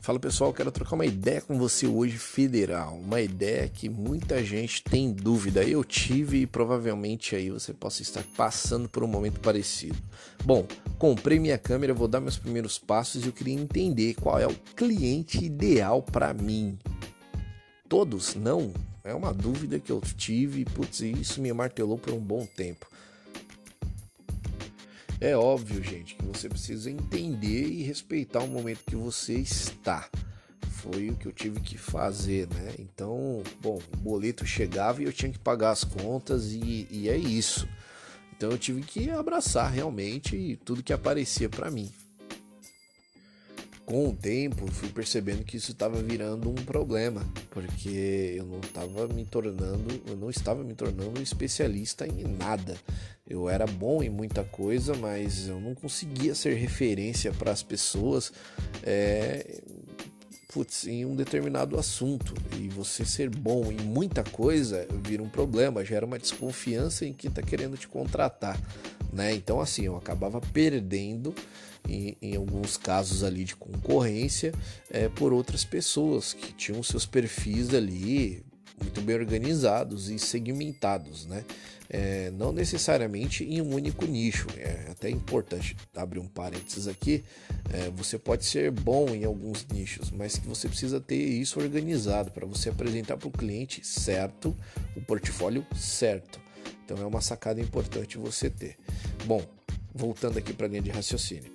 Fala pessoal, quero trocar uma ideia com você hoje, federal. Uma ideia que muita gente tem dúvida. Eu tive e provavelmente aí você possa estar passando por um momento parecido. Bom, comprei minha câmera, vou dar meus primeiros passos e eu queria entender qual é o cliente ideal para mim. Todos? Não. É uma dúvida que eu tive e isso me martelou por um bom tempo. É óbvio, gente, que você precisa entender e respeitar o momento que você está. Foi o que eu tive que fazer, né? Então, bom, o boleto chegava e eu tinha que pagar as contas e é isso. Então eu tive que abraçar realmente tudo que aparecia para mim. Com o tempo, fui percebendo que isso estava virando um problema, porque eu não estava me tornando um especialista em nada. Eu era bom em muita coisa, mas eu não conseguia ser referência para as pessoas em um determinado assunto. E você ser bom em muita coisa vira um problema, gera uma desconfiança em quem está querendo te contratar, né? Então assim, eu acabava perdendo em alguns casos ali de concorrência por outras pessoas que tinham seus perfis ali muito bem organizados e segmentados, né? Não necessariamente em um único nicho. É até importante abrir um parênteses aqui. Você pode ser bom em alguns nichos, mas que você precisa ter isso organizado para você apresentar para o cliente certo, o portfólio certo. Então é uma sacada importante você ter. Bom, voltando aqui para a linha de raciocínio.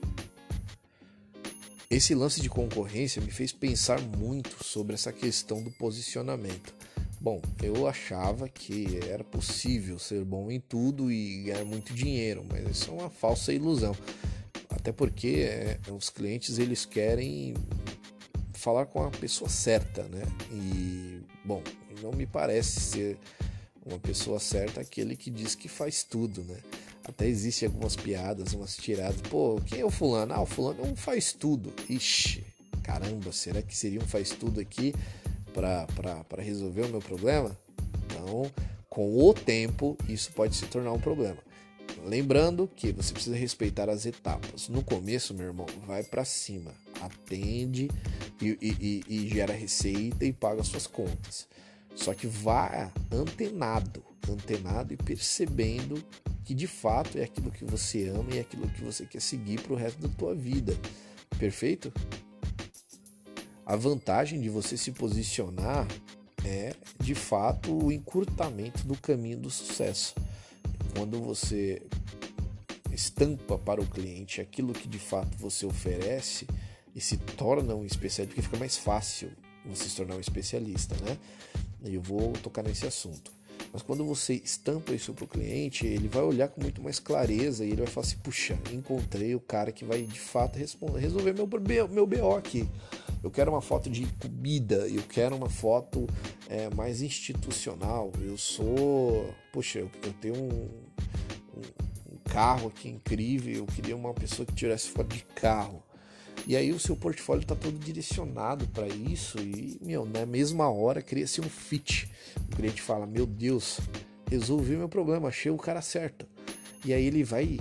Esse lance de concorrência me fez pensar muito sobre essa questão do posicionamento. Bom, eu achava que era possível ser bom em tudo e ganhar muito dinheiro, mas isso é uma falsa ilusão. Até porque os clientes eles querem falar com a pessoa certa, né? E, bom, não me parece ser uma pessoa certa aquele que diz que faz tudo, né? Até existem algumas piadas, umas tiradas. Pô, quem é o fulano? Ah, o fulano é um faz tudo. Ixi, caramba, será que seria um faz tudo aqui para resolver o meu problema? Então, com o tempo, isso pode se tornar um problema. Lembrando que você precisa respeitar as etapas. No começo, meu irmão, vai para cima. Atende e gera receita e paga as suas contas. Só que vá antenado e percebendo que de fato é aquilo que você ama e é aquilo que você quer seguir para o resto da tua vida. Perfeito? A vantagem de você se posicionar é, de fato, o encurtamento do caminho do sucesso. Quando você estampa para o cliente aquilo que de fato você oferece e se torna um especialista, porque fica mais fácil você se tornar um especialista, né? E eu vou tocar nesse assunto. Mas quando você estampa isso para o cliente, ele vai olhar com muito mais clareza e ele vai falar assim, puxa, encontrei o cara que vai de fato resolver meu BO aqui. Eu quero uma foto de comida, eu quero uma foto mais institucional. Eu tenho um carro aqui incrível, eu queria uma pessoa que tirasse foto de carro. E aí o seu portfólio está todo direcionado para isso e, na mesma hora cria-se um fit. O cliente fala, meu Deus, resolvi meu problema, achei o cara certo. E aí ele vai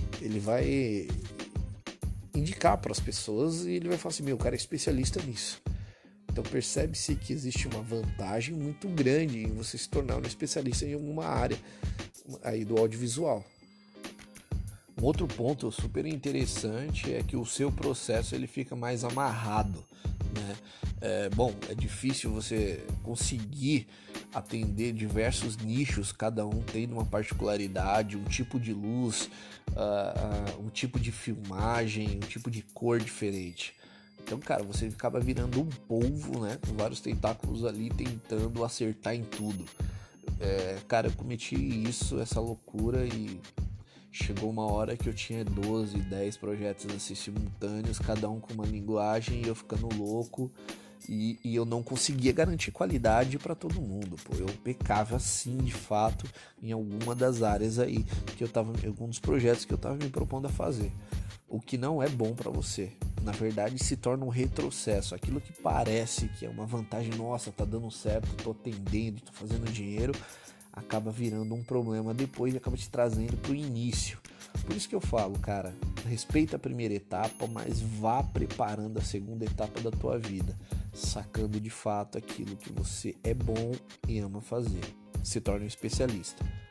indicar para as pessoas e ele vai falar assim, o cara é especialista nisso. Então percebe-se que existe uma vantagem muito grande em você se tornar um especialista em alguma área aí do audiovisual. Um outro ponto super interessante é que o seu processo ele fica mais amarrado, né? É difícil você conseguir atender diversos nichos, cada um tendo uma particularidade, um tipo de luz, um tipo de filmagem, um tipo de cor diferente. Então, cara, você acaba virando um polvo, né? Com vários tentáculos ali tentando acertar em tudo. Cara, eu cometi essa loucura e chegou uma hora que eu tinha 12, 10 projetos assim simultâneos, cada um com uma linguagem, e eu ficando louco e eu não conseguia garantir qualidade para todo mundo. Eu pecava sim, de fato, em alguma das áreas aí que em algum dos projetos que eu estava me propondo a fazer. O que não é bom para você. Na verdade, se torna um retrocesso. Aquilo que parece que é uma vantagem, nossa, tá dando certo, tô atendendo, tô fazendo dinheiro, acaba virando um problema depois e acaba te trazendo pro início. Por isso que eu falo, cara, respeita a primeira etapa, mas vá preparando a segunda etapa da tua vida. sacando de fato aquilo que você é bom e ama fazer. Se torne um especialista.